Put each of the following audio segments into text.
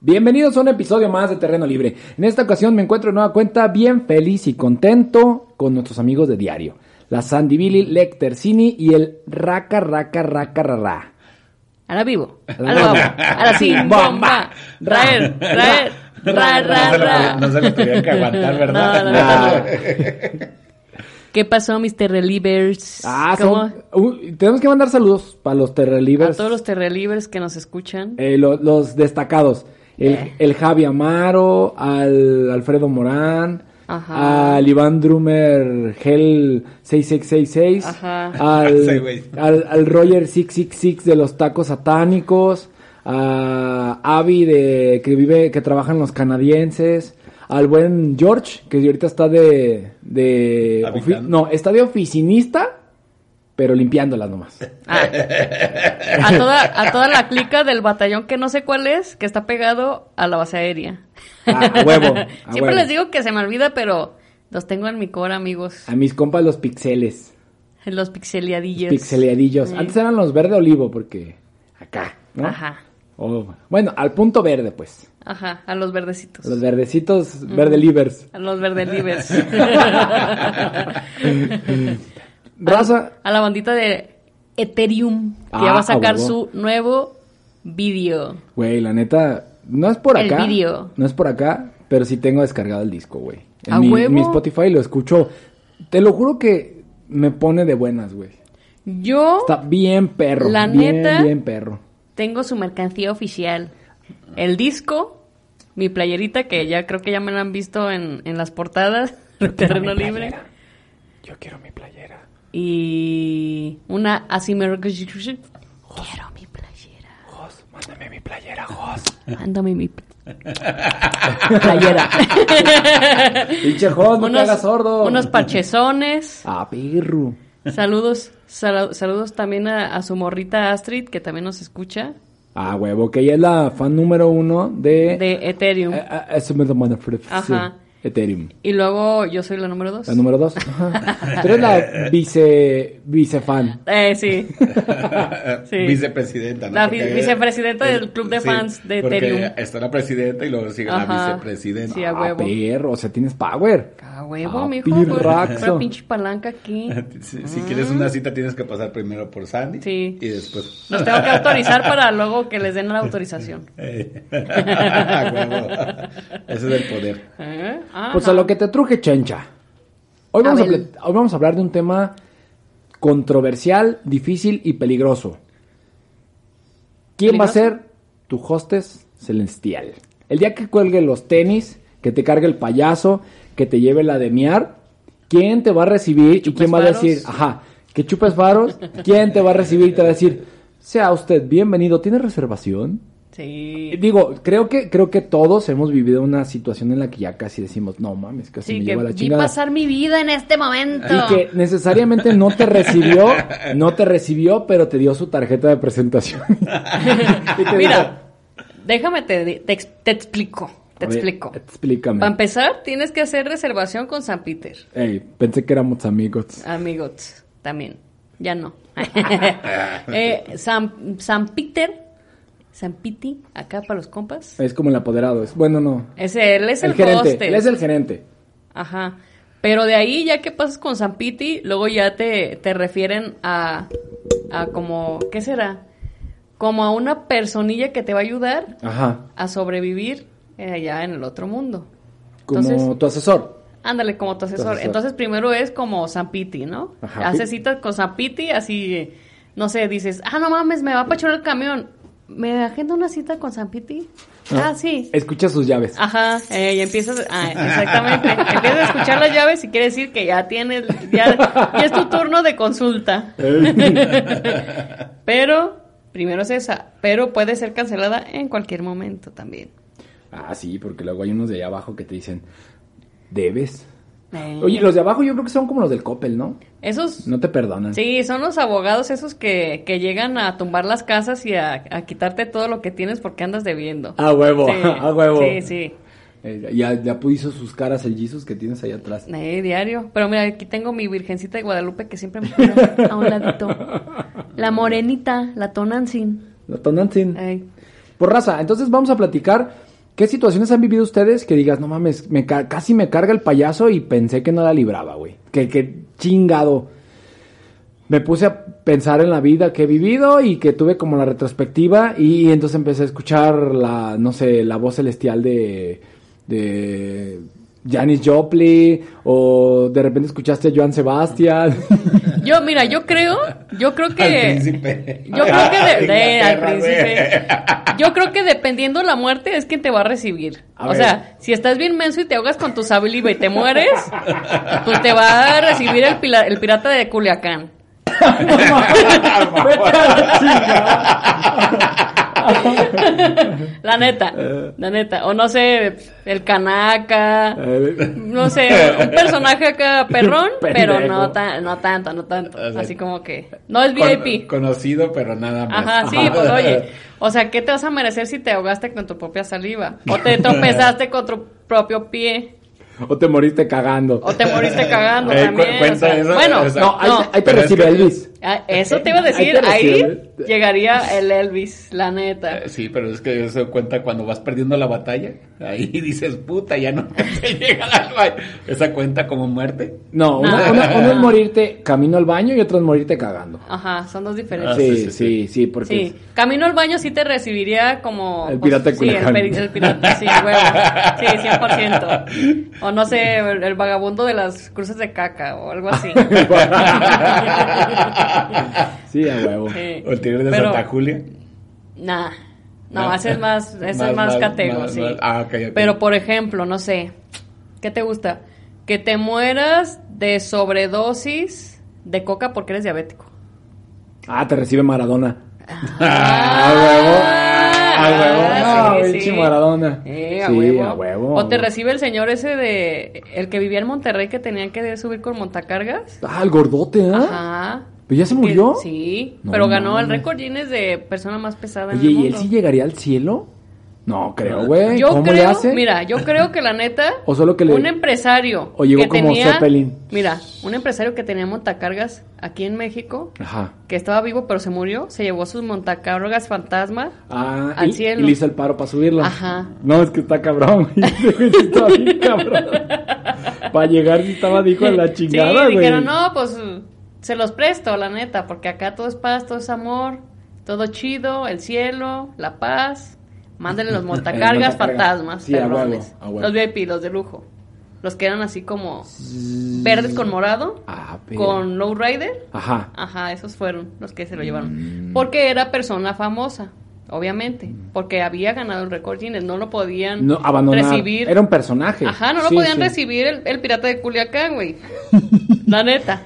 Bienvenidos a un episodio más de Terreno Libre. En esta ocasión me encuentro de nueva cuenta bien feliz y contento con nuestros amigos de diario. La Sandy Billy, Lecter Cini y el Raka. Ahora vivo, ahora vamos, ahora sí, bomba, raer, ra. No se lo tuvieron que aguantar, ¿verdad? No. ¿Qué pasó, mis Terrelivers? Tenemos que mandar saludos para los Terrelivers. A todos los Terrelivers que nos escuchan. Los destacados. El Javi Amaro, al Alfredo Morán, ajá, al Iván Drummer Gel 6666, ajá, al Roger 666 de los tacos satánicos, a Avi que trabaja en los canadienses, al buen George, que ahorita está está de oficinista, pero limpiándolas nomás. A toda la clica del batallón que no sé cuál es, que está pegado a la base aérea. A huevo. Siempre les digo que se me olvida, pero los tengo en mi core, amigos. A mis compas los pixeles. Los pixeleadillos. Sí. Antes eran los verde olivo, porque acá, ¿no? Ajá. Bueno, al punto verde, pues. Ajá, a los verdecitos. Los verdecitos, verdelivers. A los verdelivers. Raza. A la bandita de Ethereum, que ya va a sacar su nuevo video. Güey, la neta, no es por acá. El video. No es por acá, pero sí tengo descargado el disco, güey. En mi Spotify lo escucho. Te lo juro que me pone de buenas, güey. Está bien perro. La neta. Bien perro. Tengo su mercancía oficial. El disco, mi playerita, que ya creo que ya me la han visto en las portadas de Terreno Libre. Yo quiero mi playera. Y una Quiero mi playera. Jos, mándame mi playera, Jos. Mándame mi playera. Pinche Jos, no te hagas sordo. Unos parchezones. Perro. Saludos también a su morrita Astrid, que también nos escucha. Huevo, que ella es la fan número 1 de Ethereum. Ajá. Ethereum. Y luego yo soy la número 2. La número 2. Tú eres la vicefan. Sí. Vicepresidenta, ¿no? La vicepresidenta del club de fans de Ethereum. Porque está la presidenta y luego sigue la vicepresidenta. Sí, a huevo. Perro, o sea, tienes power. A huevo, mijo. Una pinche palanca aquí. Si quieres una cita tienes que pasar primero por Sandy. Sí. Y después... Los tengo que autorizar para luego que les den la autorización. A huevo. Ese es el poder. Pues a lo que te truje, chencha. Hoy vamos a hablar de un tema controversial, difícil y peligroso. ¿Quién va a ser tu hostess celestial? El día que cuelgue los tenis, que te cargue el payaso, que te lleve la de miar, ¿quién te va a recibir y quién va a decir, que chupes faros? ¿Quién te va a recibir y te va a decir, sea usted bienvenido, ¿tiene reservación? Sí. Digo, creo que todos hemos vivido una situación en la que ya casi decimos, no mames, casi me lleva la chingada. Vi pasar mi vida en este momento. Y que necesariamente no te recibió, pero te dio su tarjeta de presentación. Mira, déjame te explico. Explícame. Para empezar, tienes que hacer reservación con San Peter. Pensé que éramos amigos. Amigos, también. Ya no. San Peter... San Piti, acá para los compas. Es como el apoderado. Él es el gerente. Él es el gerente. Ajá. Pero de ahí, ya que pasas con San Piti, luego ya te refieren a como, ¿qué será? Como a una personilla que te va a ayudar a sobrevivir allá en el otro mundo. Como tu asesor. Ándale, como tu asesor. Entonces, primero es como San Piti, ¿no? Ajá. Haces citas con San Piti, así, no sé, dices, no mames, me va a pachurar el camión. ¿Me agendo una cita con San Piti? Sí. Escucha sus llaves. Ajá, y empiezas... exactamente. Empiezas a escuchar las llaves y quiere decir que ya tienes... Ya es tu turno de consulta. Pero, primero es esa. Pero puede ser cancelada en cualquier momento también. Sí, porque luego hay unos de allá abajo que te dicen... ¿Debes? Oye, los de abajo yo creo que son como los del Coppel, ¿no? Esos... No te perdonan. Sí, son los abogados esos que llegan a tumbar las casas y a quitarte todo lo que tienes porque andas debiendo. A huevo, sí. A huevo. Sí. Ya puso sus caras el Jesus que tienes ahí atrás. Diario. Pero mira, aquí tengo mi Virgencita de Guadalupe que siempre me cura a un ladito. La morenita, la Tonantzin. La Tonantzin. Por raza, entonces vamos a platicar ¿Qué situaciones han vivido ustedes que digas, no mames, casi me carga el payaso y pensé que no la libraba, güey? Que chingado. Me puse a pensar en la vida que he vivido y que tuve como la retrospectiva y entonces empecé a escuchar la voz celestial de Janis Joplin o de repente escuchaste a Joan Sebastián. Yo creo que... Al príncipe. Yo creo que al príncipe. Yo creo que dependiendo de la muerte es quien te va a recibir. O sea, si estás bien menso y te ahogas con tu sabiliva y te mueres, pues te va a recibir el pirata de Culiacán. La neta, o no sé, el Canaca, no sé, un personaje acá perrón, pero no tanto, así como que no es VIP. Conocido, pero nada más. Ajá, sí, pues oye, o sea, ¿qué te vas a merecer si te ahogaste con tu propia saliva? O te tropezaste con tu propio pie. O te moriste cagando. También. O sea, eso, bueno, ahí te recibe Elvis. Eso te iba a decir, ahí llegaría el Elvis, la neta. Sí, pero es que eso cuenta cuando vas perdiendo la batalla. Ahí dices, puta, ya no te llega la... ¿Esa cuenta como muerte? No, uno es morirte camino al baño y otro es morirte cagando. Ajá, son dos diferentes. Sí, porque... Sí, camino al baño sí te recibiría como... El pirata de Culiacán. Sí, el pirata, sí, huevo. Sí, 100%. O no sé, el vagabundo de las cruces de caca o algo así. Sí, a huevo. Sí. ¿O el tigre de Santa Julia? No, ese es más catego, sí. Okay. Pero, por ejemplo, no sé, ¿qué te gusta? Que te mueras de sobredosis de coca porque eres diabético. Te recibe Maradona. A huevo. Sí, Maradona. A huevo. O te recibe el señor ese el que vivía en Monterrey que tenían que subir con montacargas. El gordote, ¿eh? Ajá. ¿Pero ya se murió? Sí, pero ganó el récord Guinness de persona más pesada en el mundo. mundo. ¿Y él sí llegaría al cielo? No creo, güey. ¿Cómo le hace? Mira, yo creo que la neta, o solo que un empresario o llegó que como tenía, Zeppelin. Mira, un empresario que tenía montacargas aquí en México, ajá, que estaba vivo pero se murió, se llevó sus montacargas fantasma al cielo. Y le hizo el paro para subirlo. Ajá. No, es que está cabrón, estaba bien cabrón. Para llegar si estaba, dijo, a la chingada, güey. Sí, dijeron, no, pues se los presto, la neta, porque acá todo es paz, todo es amor, todo chido, el cielo, la paz. Mándenle los montacargas fantasmas, sí, perrones. a huevo. Los VIP, los de lujo. Los que eran así como verdes con morado, con lowrider. Ajá, esos fueron los que se lo llevaron. Porque era persona famosa, obviamente. Porque había ganado el récord Guinness, no lo podían recibir. Era un personaje. Ajá, no lo podían recibir el pirata de Culiacán, güey. La neta.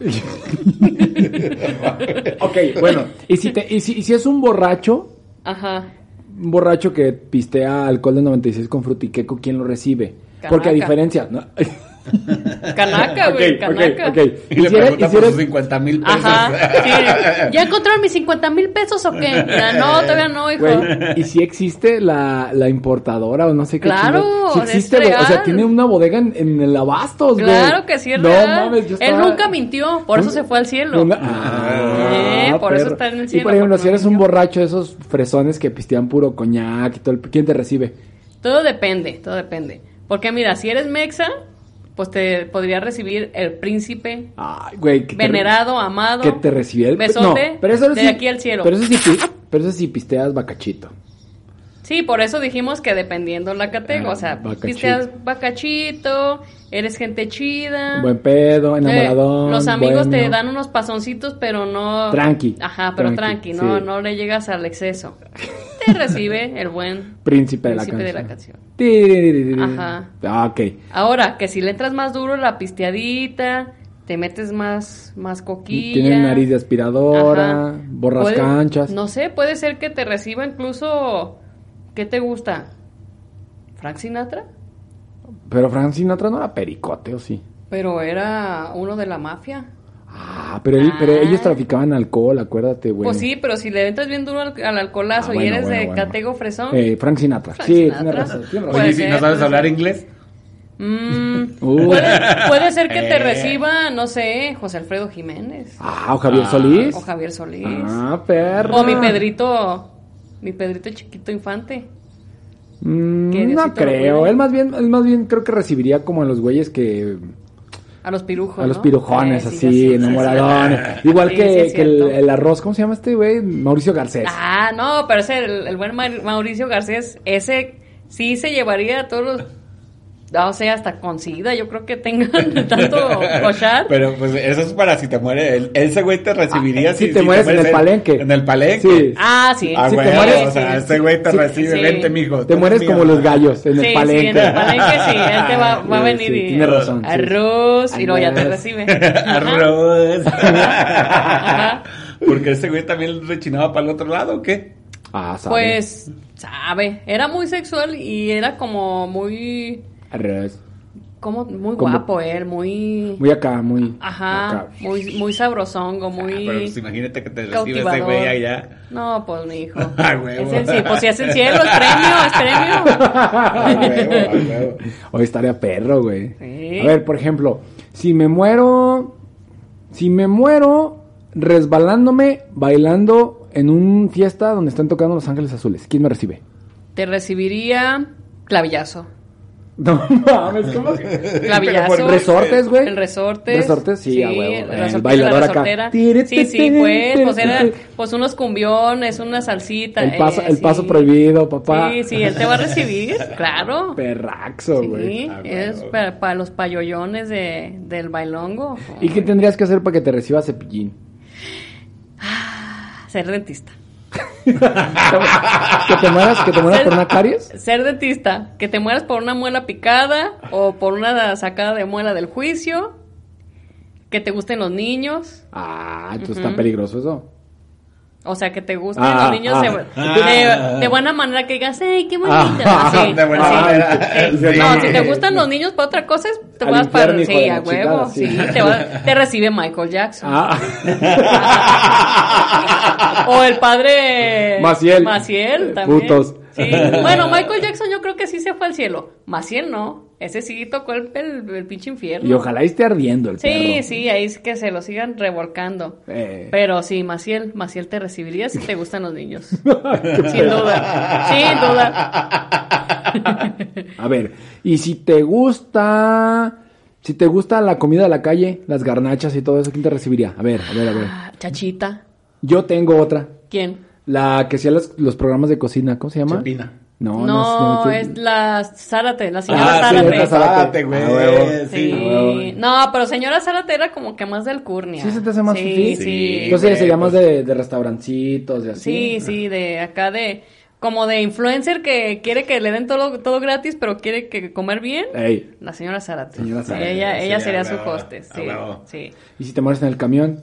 Ok, bueno. ¿Y si es un borracho? Ajá. Un borracho que pistea alcohol de 96 con frutiqueco, ¿quién lo recibe? Canaca. Porque a diferencia... ¿no? Canaca, güey, Canaca. Okay. Y le preguntan por sus 50,000 pesos. Ajá, sí. ¿Ya encontraron mis 50,000 pesos o qué? No, todavía no, hijo. Güey, ¿y si existe la importadora o no sé qué? Claro, si existe, güey. O sea, tiene una bodega en el Abastos, güey. Claro que sí es real. Mames, Él nunca mintió, por eso se fue al cielo. Por eso está en el cielo. Y por ejemplo, si eres un borracho de esos fresones que pistean puro coñac y todo, ¿quién te recibe? Todo depende. Porque mira, si eres mexa, pues te podría recibir el príncipe. Ay, güey, venerado, amado. Que te recibe el besote no, pero eso de aquí al cielo. Pero eso sí pisteas bacachito. Sí, por eso dijimos que dependiendo la categoría, o sea, pisteas bacachito, eres gente chida. Buen pedo, enamoradón. Los amigos te dan unos pasoncitos, pero no... Tranqui. Ajá, pero tranqui, no le llegas al exceso. Te recibe el buen... príncipe de la canción. Ajá. Ok. Ahora, que si le entras más duro la pisteadita, te metes más coquilla. Tienen nariz de aspiradora, borras canchas. No sé, puede ser que te reciba incluso... ¿Qué te gusta? ¿Frank Sinatra? Pero Frank Sinatra no era pericote, ¿o sí? Pero era uno de la mafia. Pero ellos traficaban alcohol, acuérdate, güey. Pues sí, pero si le entras bien duro al alcoholazo y eres de catego fresón. Frank Sinatra. Tiene razón. Oye, si no sabes hablar inglés. Puede ser que te reciba, no sé, José Alfredo Jiménez. O Javier Solís. O Javier Solís. Perro. O mi Pedrito chiquito infante. No creo. Él más bien creo que recibiría como a los güeyes que... A los pirujos, a los pirujones, sí, así, enamoradones. Igual sí, que, sí, que el arroz, ¿cómo se llama este güey? Mauricio Garcés. Ah, no, pero ese, el buen Mauricio Garcés, ese sí se llevaría a todos los... O sea, hasta con SIDA, yo creo que tengan tanto cochar. Pero pues eso es para si te mueres. Ese güey te recibiría si te mueres en el palenque. En el palenque. Sí. Ah, sí. Ah, Si güey, te mueres, o sea, ese güey te recibe, vente, mijo. Te mueres como los gallos en el palenque. Sí, en el palenque sí, él te va a venir y... Tiene razón. Arroz, y luego ya te recibe. Arroz. Ajá. Porque ese güey también rechinaba para el otro lado, ¿o qué? Ah, sabe. Pues, sabe, era muy sexual y era como muy... Arroz. Como muy guapo él, muy... Muy acá, muy... Ajá, acá. muy sabrosongo, muy... Pero pues imagínate que te recibe cautivador. ese güey allá. No, pues mi hijo. Ah, huevo. Pues si es el cielo, es premio. Ah, huevo. Hoy estaría perro, güey. Sí. A ver, por ejemplo, si me muero resbalándome, bailando en una fiesta donde están tocando Los Ángeles Azules, ¿quién me recibe? Te recibiría clavillazo. No mames, ¿cómo? Clavillazo. ¿Resortes, güey? El resortes. ¿Resortes? Sí, a huevo. El bailador acá. Sí, pues era pues unos cumbiones, una salsita. El paso prohibido, papá. Sí, él te va a recibir, claro. Perraxo, güey. Sí, es para los payoyones del bailongo. ¿Y qué tendrías que hacer para que te reciba Cepillín? Ser dentista. ¿Que te mueras por una caries? Ser dentista, que te mueras por una muela picada o por una sacada de muela del juicio, que te gusten los niños. Ah, entonces está peligroso eso. O sea, que te gusten los niños de buena manera, que digas, ¡ay, qué bonito! Así, de buena manera. Sí. No, si te gustan los niños para otra cosa, te vas para... Sí, a huevo, sí. Te recibe Michael Jackson. O el padre... Maciel también. Putos. Sí. Bueno, Michael Jackson yo creo que sí se fue al cielo. Maciel no. Ese sí tocó el pinche infierno. Y ojalá esté ardiendo el perro. Sí, ahí es que se lo sigan revolcando. Pero sí, Maciel te recibiría si te gustan los niños. Sin duda. A ver, y si te gusta la comida de la calle, las garnachas y todo eso, ¿quién te recibiría? A ver. Chachita. Yo tengo otra. ¿Quién? La que hacía los programas de cocina, ¿cómo se llama? Chepina. No, es la Zárate, la señora Zárate. Zárate. Zárate, güey. Sí. No, pero señora Zárate era como que más de alcurnia. ¿Sí se te hace más fifí? Sí. Entonces se llama de restaurancitos, de así. Sí, de acá como de influencer que quiere que le den todo gratis, pero quiere que comer bien. Ey. La señora Zárate. Sí, Ella sería su hostess. Sí. ¿Y si te mueres en el camión?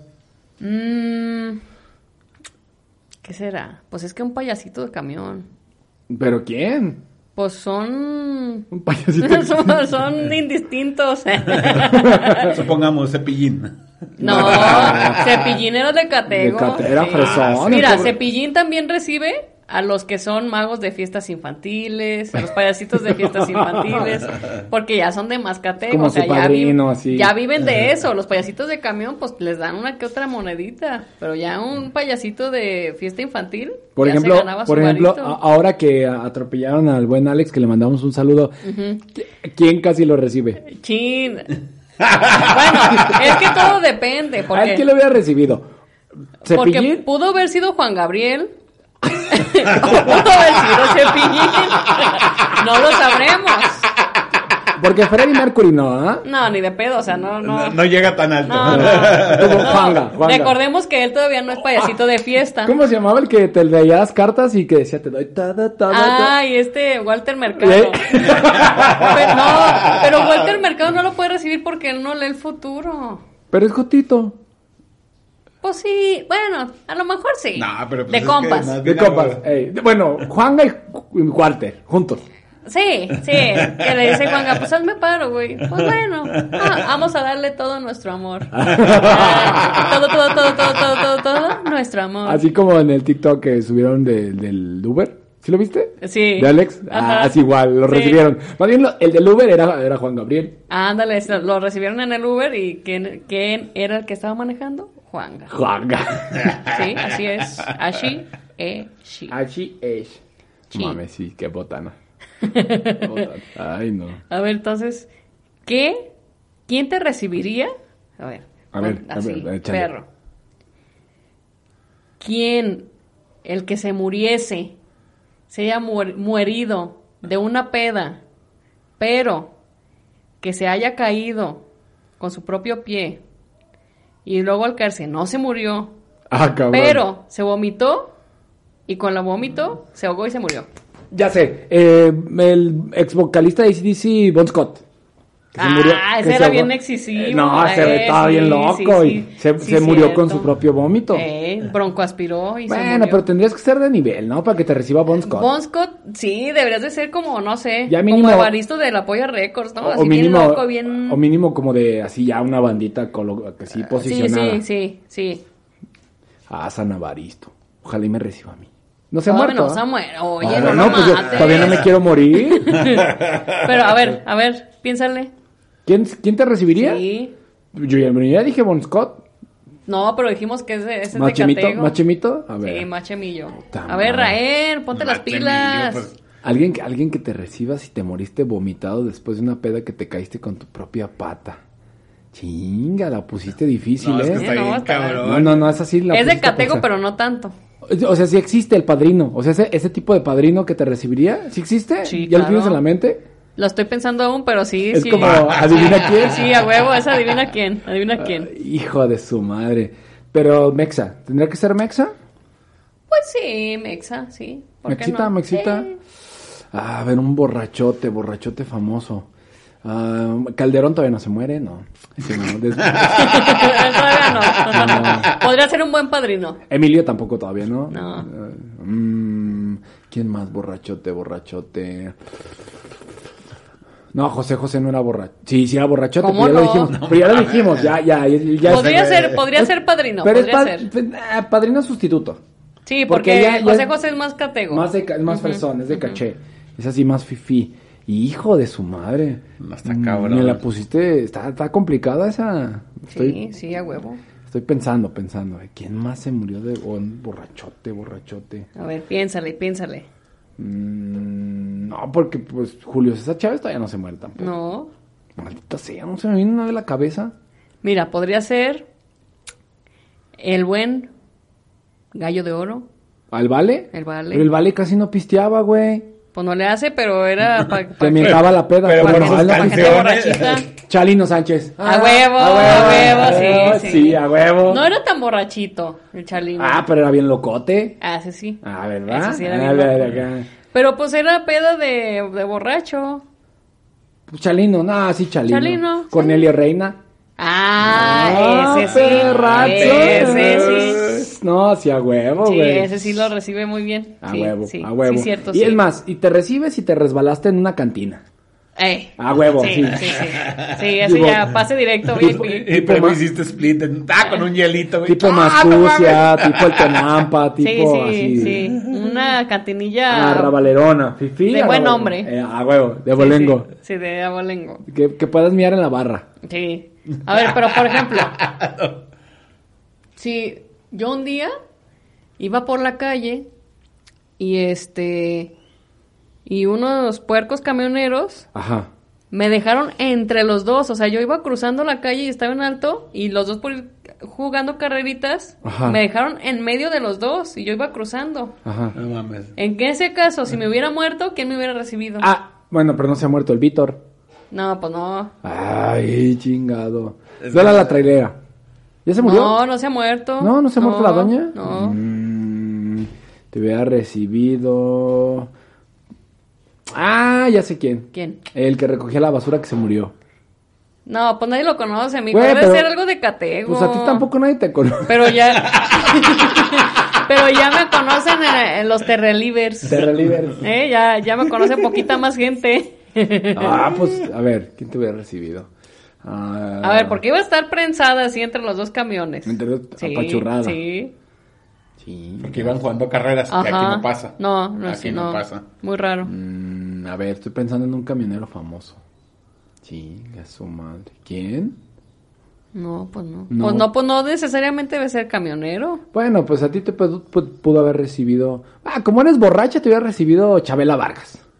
¿Qué será? Pues es que un payasito de camión. ¿Pero quién? Pues son... Un payasito. son indistintos. Supongamos Cepillín. No, Cepillín era de Catego. Era fresón. Mira, Cepillín también recibe a los que son magos de fiestas infantiles, a los payasitos de fiestas infantiles, porque ya son de más Catego. Como su padrino, así. Ya viven de eso. Los payasitos de camión, pues les dan una que otra monedita, pero ya un payasito de fiesta infantil, por ya ejemplo, se ganaba su varito. ahora que atropellaron al buen Alex, que le mandamos un saludo, ¿quién casi lo recibe? Chin. Bueno, es que todo depende. Porque, ¿A él quién lo hubiera recibido? ¿Cepillín? Porque pudo haber sido Juan Gabriel. Pudo haber sido Cepillín. No lo sabremos. Porque Freddie Mercury no, ¿ah? No, ni de pedo, o sea, No llega tan alto. Como Juanga. Recordemos que él todavía no es payasito de fiesta. ¿Cómo se llamaba el que te leía las cartas y que decía te doy todo? Y Walter Mercado. Pero Walter Mercado no lo puede recibir porque él no lee el futuro. Pero es Jotito. Pues sí, bueno, a lo mejor sí. No, pero pues de compas. De compas. Bueno, Juanga y Walter, juntos. Sí, que le dice Juanga, pues hazme paro, güey. Pues bueno, vamos a darle todo nuestro amor. Todo nuestro amor. Así como en el TikTok que subieron del Uber. ¿Sí lo viste? Sí. ¿De Alex? Así igual, lo recibieron. Más bien, el del Uber era Juan Gabriel. Ándale, lo recibieron en el Uber y ¿quién era el que estaba manejando? Juanga. Sí, así es. Así es. Mames, sí, qué botana. Ay, no. A ver, entonces, ¿quién te recibiría? A ver, así, échale. perro. ¿Quién, el que se muriese, se haya muerido de una peda, pero que se haya caído con su propio pie y luego al caerse no se murió, pero se vomitó y con la vómito se ahogó y se murió? Ya sé, el ex vocalista de AC/DC, Bon Scott. Ese era bien excesivo. No, estaba bien loco y se murió con su propio vómito. Broncoaspiró y bueno, se murió. pero tendrías que ser de nivel, ¿no? Para que te reciba Bon Scott. Bon Scott, sí, deberías de ser como, no sé, ya mínimo, como Evaristo de la Polla Records, ¿no? Así mínimo, bien loco, bien... O mínimo como de, así ya una bandita que sí posicionada. Sí. San Evaristo. Ojalá y me reciba a mí. No se ha muerto. No se ha muerto. Oye, pues yo todavía no me quiero morir. Pero a ver, piénsale. ¿Quién te recibiría? Sí. Yo ya dije Bon Scott. No, pero dijimos que ese es de Catego. ¿Machemito? A ver. Sí, Machemillo. A ver, Rael, ponte las pilas. Pues. Alguien que te reciba si te moriste vomitado después de una peda que te caíste con tu propia pata. Chinga, la pusiste difícil, Es que está bien, cabrón. No, es así. Es de Catego, pero no tanto. O sea, sí existe el padrino. O sea, ese tipo de padrino que te recibiría, ¿sí existe? Sí, ¿Ya lo tienes en la mente? Lo estoy pensando aún, pero sí. Es como, ¿adivina quién? Sí, a huevo, es adivina quién. Hijo de su madre. Pero Mexa, ¿tendría que ser Mexa? Pues sí, Mexa, sí. Mexita. Sí. A ver, un borrachote famoso. Calderón todavía no se muere, no. Todavía no. Podría ser un buen padrino. Emilio tampoco todavía, ¿no? No. ¿Quién más borrachote? No, José no era borracho. Sí, era borrachote, ¿Cómo pero no? ya lo dijimos. Pero ya lo dijimos, ya. Podría ser padrino. Pero podría ser. Padrino sustituto. Sí, porque José es más catego. Más fresón, es de caché. Es así más fifí. Hijo de su madre. No está cabrón. Me la pusiste, está complicada esa. Sí, a huevo. Estoy pensando. ¿Quién más se murió de borrachote? A ver, piénsale. No, porque pues Julio César Chávez todavía no se muere tampoco. No. Maldita sea, no se me viene nada de la cabeza. Mira, podría ser el buen Gallo de Oro. ¿Al Vale? El Vale. Pero el Vale casi no pisteaba, güey. Pues no le hace, pero era para Te mentaba la peda. Pero para por sus gente borrachita. Chalino Sánchez. A huevo, sí. Sí, a huevo. No era tan borrachito el Chalino. Pero era bien locote. Ese sí. ¿Verdad? Ese sí era bien loco. Pero pues era peda de borracho. Pues Chalino, Chalino. Chalino, Cornelio Reina. Ese sí. Perrazo. Ese sí. No, sí, a huevo, Sí, güey. ese sí lo recibe muy bien. A Sí, huevo, sí, a huevo. Sí, cierto, y es más, y te recibes y te resbalaste en una cantina. A huevo, sí. Sí, ese ya pase directo. Y pero hiciste split con un hielito, güey. Tipo Mascucia, tipo el Tenampa, tipo así. Sí, una cantinilla. Rabalerona, fifí. De buen nombre. A huevo, de abolengo. Sí, de abolengo. Que puedas mirar en la barra. Sí. A ver, pero por ejemplo, si yo un día iba por la calle y unos puercos camioneros me dejaron entre los dos. O sea, yo iba cruzando la calle y estaba en alto y los dos por ir jugando carreritas me dejaron en medio de los dos y yo iba cruzando. No mames. En ese caso, si me hubiera muerto, ¿quién me hubiera recibido? Bueno, pero no se ha muerto el Víctor. No, pues no. Ay, chingado. Vela la trailera. ¿Ya se murió? No se ha muerto. ¿No se ha muerto la doña? No. Te hubiera recibido... ya sé quién. ¿Quién? El que recogía la basura que se murió. No, pues nadie lo conoce, amigo. Güey, Debe ser algo de Catego. Pues a ti tampoco nadie te conoce. Pero ya... Pero ya me conocen en los Terrelivers. Ya me conoce poquita más gente. Pues, a ver, ¿quién te hubiera recibido? A ver, porque iba a estar prensada así entre los dos camiones. Apachurrada. Sí. Porque iban jugando carreras, que aquí no pasa. No pasa. Muy raro. A ver, estoy pensando en un camionero famoso. Chinga su madre. ¿Quién? No, pues no. Pues no necesariamente debe ser camionero. Bueno, pues a ti te pudo haber recibido... como eres borracha, te hubiera recibido Chabela Vargas.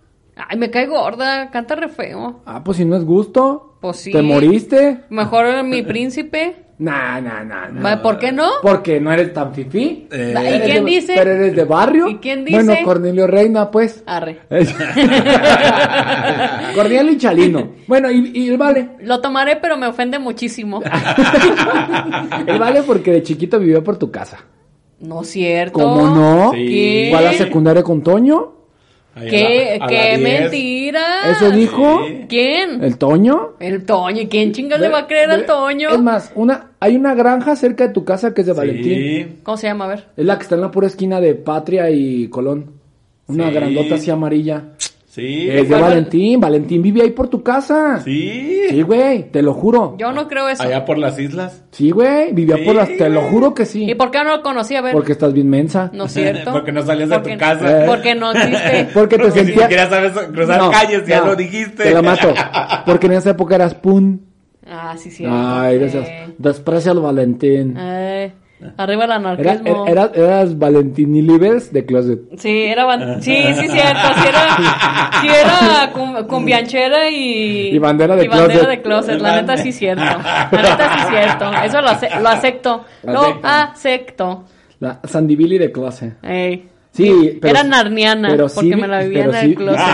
Ay, me cae gorda, canta re feo. Ah, pues si no es gusto. Pues sí. ¿Te moriste? Mejor Mi Príncipe. Nah. ¿Por qué no? Porque no eres tan fifí. ¿Y quién dice? Pero eres de barrio. ¿Y quién dice? Bueno, Cornelio Reina, pues. Arre. Cornelio y Chalino. Bueno, y el Vale. Lo tomaré, pero me ofende muchísimo. El Vale porque de chiquito vivió por tu casa. No es cierto. ¿Cómo no? Sí. ¿Qué? ¿Fue a la secundaria con Toño? Ahí ¿Qué? a la ¿Qué 10. mentira? ¿Eso dijo? Sí. ¿Quién? ¿El Toño? El Toño. ¿Y quién chingas le va a creer al Toño? Es más, hay una granja cerca de tu casa que es de Valentín. Sí. ¿Cómo se llama? A ver. Es la que está en la pura esquina de Patria y Colón. Una Sí. grandota así amarilla. Sí. Es de Valentín. Valentín vive ahí por tu casa. Sí. Sí, güey, te lo juro. Yo no creo eso. Allá por las islas. Sí, güey, vivía Sí, por las... Te lo güey. juro que sí. ¿Y por qué no lo conocí? A ver. Porque estás bien mensa. No es cierto. Porque no salías de Porque- tu casa. Porque no existe. Porque te Porque ni sentía... siquiera sabes cruzar No, calles, ya no, lo dijiste. Te la mato. Porque en esa época eras pun. Ah, sí, cierto. Ay, gracias. Desprecia al Valentín. Ay, arriba el Eras anarquismo. Valentín y Libers de Closet. Sí, sí, cierto. Sí era cumbianchera Y bandera de bandera closet. de closet. La neta sí cierto. La neta sí cierto. Eso lo acepto. Lo acepto. La Sandy Billy de Closet. Ey. Sí, pero... Era narniana, pero porque sí me la vivía pero en el sí- closet.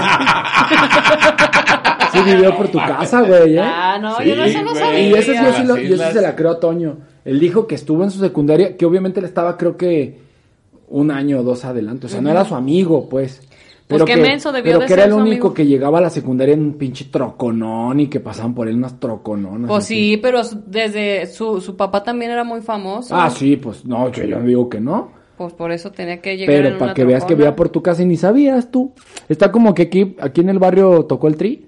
Sí vivió por tu casa, güey, ¿eh? Ah, no, Sí, yo eso no güey. sabía. Y eso sí, Las y eso islas. se la creo a Toño. Él dijo que estuvo en su secundaria, que obviamente le estaba, creo que, 1 año o 2 adelante. O sea, no era su amigo, pues. Pues qué menso debió pero de que era ser el su único amigo. que llegaba a la secundaria en un pinche troconón y que pasaban por él unas trocononas. Pues así. sí, pero desde su papá también era muy famoso. Ah, sí, pues no, yo no digo que no. Pues por eso tenía que llegar Pero en para una que veas que trocona. vivía por tu casa y ni sabías tú. Está como que aquí en el barrio tocó el Tri.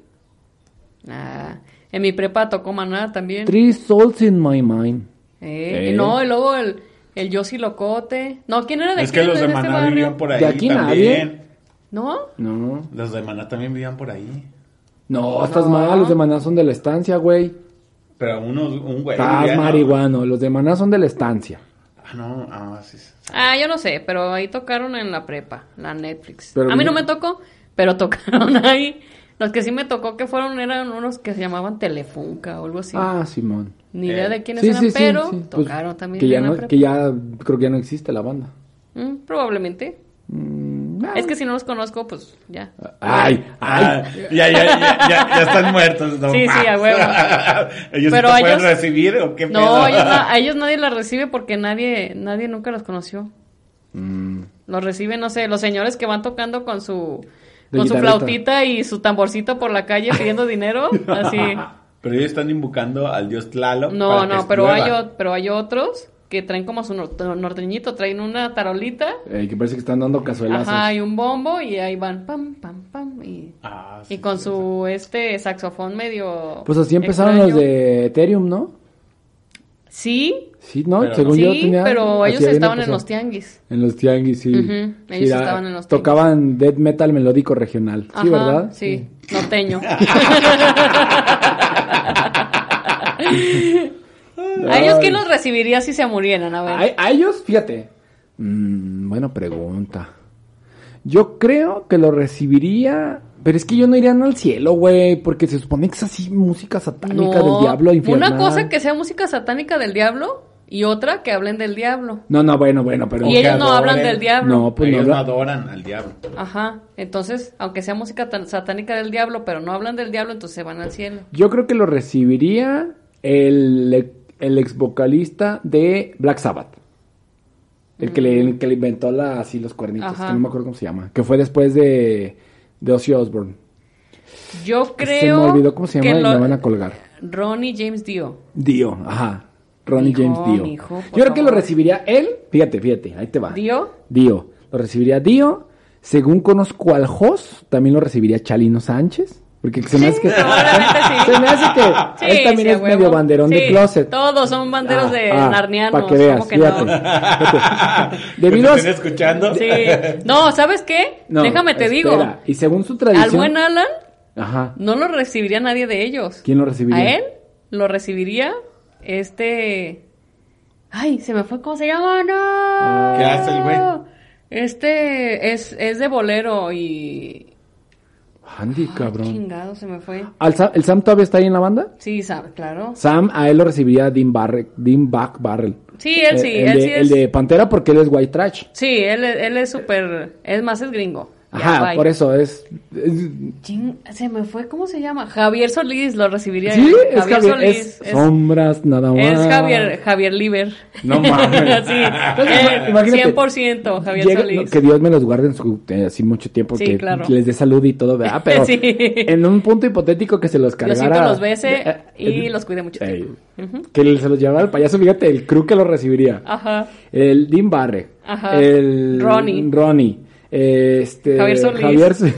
Ah, en mi prepa tocó Maná también. 3 souls in my mind. Y no, y luego el Yossi Locote. No, ¿quién era de Es aquí? que los de este Maná barrio? vivían por ahí ¿De aquí también. nadie? ¿No? No. Los de Maná también vivían por ahí. No, estás No. mal, los de Maná son de la estancia, güey. Pero un güey. Estás vivía, ¿no? marihuano, los de Maná son de la estancia. Ah, no, sí. Ah, yo no sé, pero ahí tocaron en la prepa, la Netflix. Pero a mí no no- me tocó, pero tocaron ahí. Los que sí me tocó que eran unos que se llamaban Telefunca o algo así. Ah, Simón. Ni idea de quiénes Sí, eran, sí, sí, pero sí. Pues, tocaron también que ya en no, la prepa. que ya creo que ya no existe la banda. Probablemente. Ah. Es que si no los conozco, pues ya. Ay, Ah, ay. ya están muertos. No Sí, sí, a huevo. ¿Ellos Pero sí te a pueden ellos- recibir o qué No, pedo? a ellos nadie la recibe porque nadie nunca los conoció. Los reciben, no sé, los señores que van tocando con su guitarrita. flautita y su tamborcito por la calle pidiendo dinero, así. Pero ellos están invocando al dios Tlaloc. No, para que no, pero llueva. hay otros que traen como su norteñito, traen una tarolita, Que parece que están dando cazuelazos. ajá, y un bombo y ahí van pam pam pam y Sí, con sí, su saxofón medio Pues así empezaron los extraño. de Ethereum, ¿no? Sí, Sí, ¿no? Pero Según yo sí, tenía... pero así ellos habían estaban en empezado. los tianguis. En los tianguis, sí. Ujú, Sí, ellos estaban en los tianguis. Tocaban death metal melódico regional. Sí, Ajá, ¿verdad? Sí, norteño. ¿A ellos quién los recibiría si se murieran? A ver. A ellos, fíjate. Buena pregunta. Yo creo que lo recibiría... Pero es que yo no irían al cielo, güey. Porque se supone que es así música satánica del diablo infernal. Una cosa que sea música satánica del diablo y otra que hablen del diablo. No, bueno, pero... Y que ellos no adoren. hablan del diablo. No, pues Ellos no no habla- adoran al diablo. Ajá. Entonces, aunque sea música satánica del diablo, pero no hablan del diablo, entonces se van al cielo. Yo creo que lo recibiría el ex vocalista de Black Sabbath. El que le inventó así los cuernitos, Ajá. que no me acuerdo cómo se llama. Que fue después de Ozzy Osbourne. Yo creo Se me olvidó cómo se que llama y me van a colgar. Ronnie James Dio. Dio, ajá. Ronnie Mijo, James Dio. mijo, por Yo creo que lo favor. recibiría él. Fíjate, ahí te va. ¿Dio? Dio. Lo recibiría Dio. Según conozco al host, también lo recibiría Chalino Sánchez. Porque se me hace que... probablemente sí. Se me hace que Sí, él también sí, a es huevo. medio banderón de Sí, closet. Todos son banderos de narnianos. Para que veas, ¿cómo que fíjate. no? Fíjate. Debido a... ¿Me están escuchando? Sí. No, ¿sabes qué? No, Déjame te digo. espera. Y según su tradición... Al buen Alan Ajá. no lo recibiría nadie de ellos. ¿Quién lo recibiría? A él lo recibiría Ay, se me fue, ¿cómo se llama? ¡No! ¿Qué hace el güey? Es de bolero y... Andy, cabrón. Chingado, se me fue. ¿El Sam todavía está ahí en la banda? Sí, Sam, claro. Sam, a él lo recibiría Dean Buck Barrel. Sí, él sí. El de Pantera porque él es white trash. Sí, él es súper... Es más, es gringo. Ajá, por eso es... Se me fue, ¿cómo se llama? Javier Solís lo recibiría. Sí, es Javier Solís. Sombras, nada más. Es Javier Liber. No mames. Sí, imagínate, 100% Javier Solís. Que Dios me los guarde así mucho tiempo, sí, que claro. les dé salud y todo, ¿verdad? Pero sí. en un punto hipotético que se los cargara... Los bese y los cuide mucho tiempo. Que se los llevara al payaso, fíjate, el crew que lo recibiría. Ajá. El Dean Barre. Ajá. El... Ronnie. Javier Solís.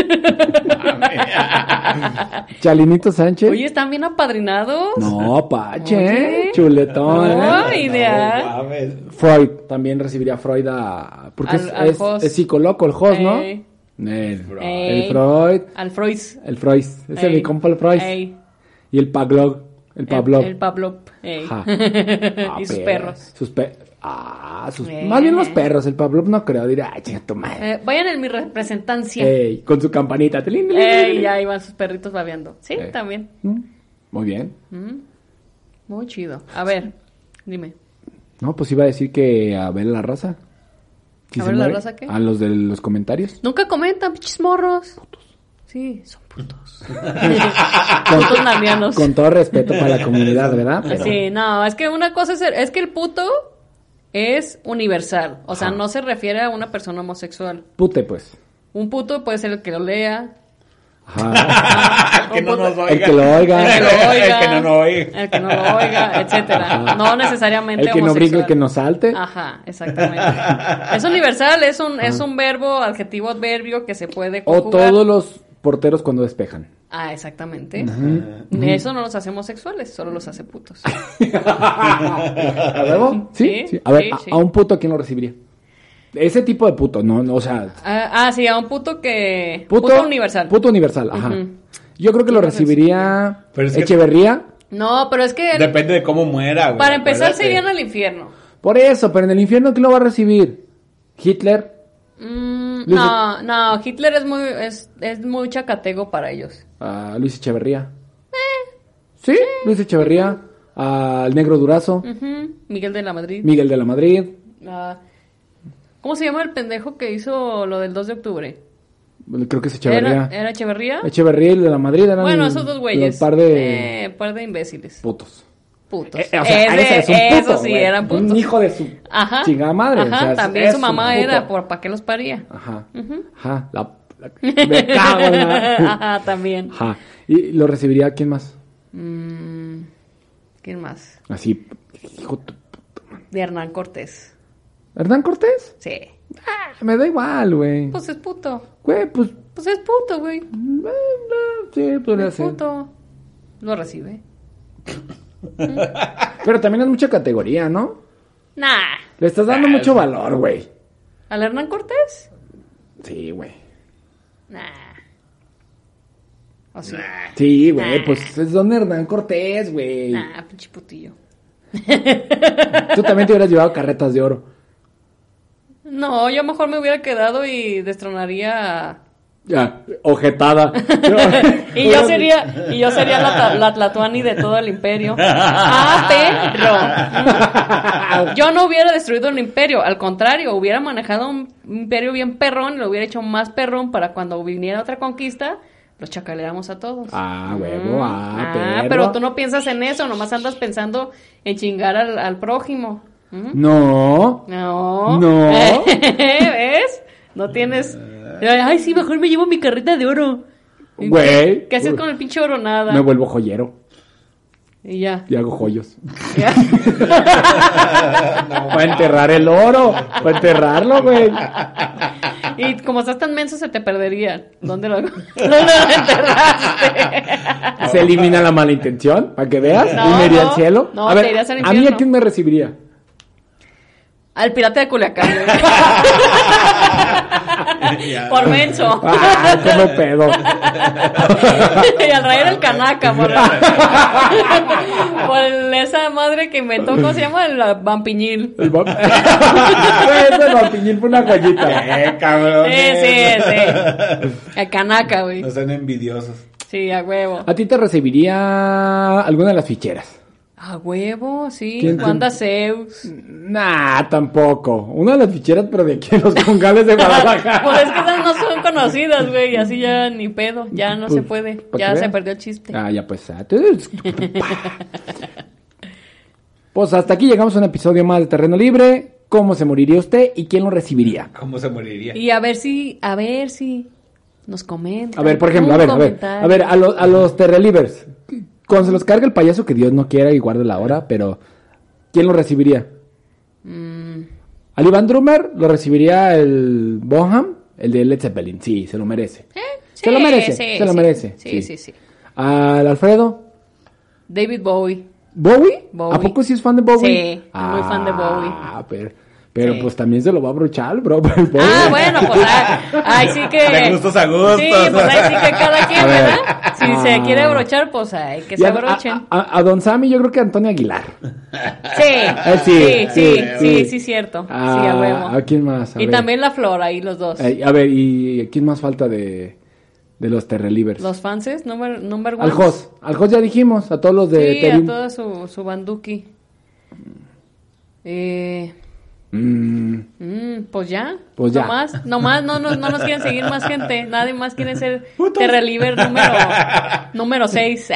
Chalinito Sánchez. Oye, ¿están bien apadrinados? No, Pache, chuletón. No, ideal. Freud, también recibiría Freud porque es psicólogo, el host, ¿no? El Freud. Al Freud. El Freud. Ese es mi compa el Freud. Y el Pavlov. El Pavlov. Y sus perros. Más bien los perros. El Pavlov no creo. Dirá, ay, chinga tu madre. Vayan en mi representancia. Con su campanita. Y ahí van sus perritos babeando. Sí, también. Muy bien. Muy chido. A ver, dime. No, pues iba a decir que a ver la raza. ¿A ver la raza qué? A los de los comentarios. Nunca comentan, pinches morros. Putos. Sí, son putos. Putos narnianos. Con todo respeto para la comunidad, ¿verdad? Pero... Sí, no, es que una cosa es que el puto es universal. O sea, no se refiere a una persona homosexual. Pute, pues. Un puto puede ser el que lo lea. Ajá. El que no nos oiga. El que lo oiga. El que no lo oiga. El que no lo oiga, etcétera. No necesariamente el que no brinque, el que no salte. Ajá, exactamente. Es universal, es un verbo, adjetivo, adverbio que se puede conjugar. O todos los porteros cuando despejan. Ah, exactamente. Eso no los hace homosexuales, solo los hace putos. ¿A ver? Sí. A ver, a un puto, ¿quién lo recibiría? Ese tipo de puto, no, o sea... sí, a un puto que... Puto universal. Puto universal, ajá. Yo creo que lo recibiría Echeverría. No, pero es que... Depende de cómo muera, güey. Para empezar, se irían al infierno. Por eso, pero en el infierno, ¿quién lo va a recibir? ¿Hitler? No, Hitler es muy chacatego para ellos. Luis Echeverría. Sí, Luis Echeverría. Al Negro Durazo. Miguel de la Madrid. ¿Cómo se llama el pendejo que hizo lo del 2 de octubre? Creo que es Echeverría. ¿Era Echeverría? Echeverría y el de la Madrid eran... Bueno, esos dos güeyes. Par de imbéciles. Putos. O sea, ese es un puto, eso sí, eran putos. Un hijo de su chingada madre. Ajá, o sea, también su mamá era ¿para qué los paría? Ajá. Me cago en la... Ajá, también. Ajá. ¿Y lo recibiría quién más? ¿Quién más? Así, hijo de puta madre. De Hernán Cortés. ¿Hernán Cortés? Sí. Me da igual, güey. Pues es puto. Güey, pues es puto, güey. Sí, podría ser. Es puto. Lo recibe. Pero también es mucha categoría, ¿no? Nah. Le estás dando mucho valor, güey. ¿Al Hernán Cortés? Sí, güey. Nah. ¿O sí? Sí, güey, pues es don Hernán Cortés, güey. Nah, pinche putillo. Tú también te hubieras llevado carretas de oro. No, yo mejor me hubiera quedado y destronaría... Ya, ojetada. y yo sería la Tlatuani de todo el imperio. Perro. Yo no hubiera destruido el imperio, al contrario, hubiera manejado un imperio bien perrón y lo hubiera hecho más perrón para cuando viniera otra conquista, los chacaleamos a todos. Huevo, perro. Pero tú no piensas en eso, nomás andas pensando en chingar al prójimo. No. ¿Ves? No tienes... Ay, sí, mejor me llevo mi carreta de oro. Güey. ¿Qué haces con el pinche oro? Nada. Me vuelvo joyero. Y ya. Y hago joyos. Para enterrar el oro. Para enterrarlo, güey. Y como estás tan menso, se te perdería. ¿Dónde lo enterraste? Se elimina la mala intención, para que veas. No, y me iría al cielo. No, a ver, te irías al ¿a infierno. mí a quién me recibiría? Al pirata de Culiacán. Por menso. Come pedo. Y al raír el canaca, por esa madre que inventó, ¿cómo se llama? El vampiñil. El vampiñil fue una joyita. Cabrón. Sí. El canaca, güey. No son envidiosos. Sí, a huevo. ¿A ti te recibiría alguna de las ficheras? A huevo, sí. ¿Quién? Wanda Zeus. Nah, tampoco. Una de las ficheras, pero de aquí en los Congales de Guadalajara. Pues es que esas no son conocidas, güey. Así ya ni pedo. Ya no se puede. Ya se perdió el chiste. Ya pues. Pues hasta aquí llegamos a un episodio más de Terreno Libre. ¿Cómo se moriría usted y quién lo recibiría? ¿Cómo se moriría? Y a ver si nos comentan. A ver, por ejemplo, a ver, a los Terrelivers. Cuando se los carga el payaso, que Dios no quiera y guarde la hora, pero ¿quién lo recibiría? Al Iván Drummer lo recibiría el Bonham, el de Led Zeppelin. Sí, se lo merece. Se lo merece. Sí. Al Alfredo. David Bowie. ¿Bowie? ¿A poco sí es fan de Bowie? Sí, muy fan de Bowie. Pero pues también se lo va a abrochar, bro. Bueno, pues ahí sí que... De gustos a gustos. Sí, pues ahí sí que cada quien, ¿verdad? Si se quiere abrochar, pues hay que se abrochen. A Don Sammy yo creo que Antonio Aguilar. Sí, cierto. Sí, a huevo. ¿A quién más? Y también la Flor, ahí los dos. A ver, ¿y quién más falta de los Terrelivers? Los fanses, number one. Al Jos ya dijimos, a todos los de Sí, a toda su banduki. Pues ya. Nomás no nos quieren seguir más gente. Nadie más quiere ser Terreliver número 6.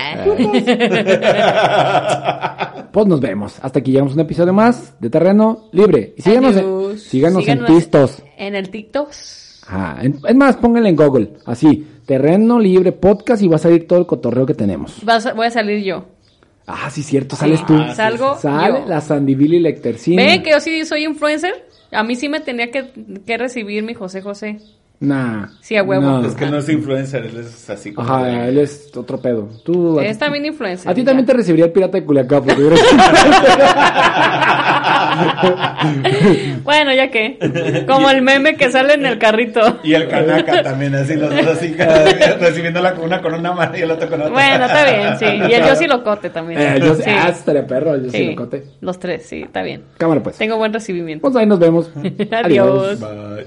Pues nos vemos. Hasta aquí llegamos a un episodio más de Terreno Libre. Y síganos en Tistos. En el TikTok. Es más, pónganle en Google. Así, Terreno Libre Podcast y va a salir todo el cotorreo que tenemos. Voy a salir yo. Sí, cierto, sales tú. Salgo Sale yo. la Sandy Lectercini. ¿Ven que yo sí soy influencer? A mí sí me tenía que recibir mi José. Nah. Sí, a huevo. No. Es que no es influencer, él es así como... él es otro pedo. Es también influencer. A ti también te recibiría el pirata de Culiacán. Porque eres... Bueno, ya que. Como el meme que sale en el carrito. Y el canaca también, así los dos así, recibiéndola una con una mano y el otro con otra. Bueno, está bien, sí. Y el yo sí locote también. Sí. Estaría perro, el yo sí locote. Los tres, sí, está bien. Cámara pues. Tengo buen recibimiento. Pues ahí nos vemos. Adiós. Bye.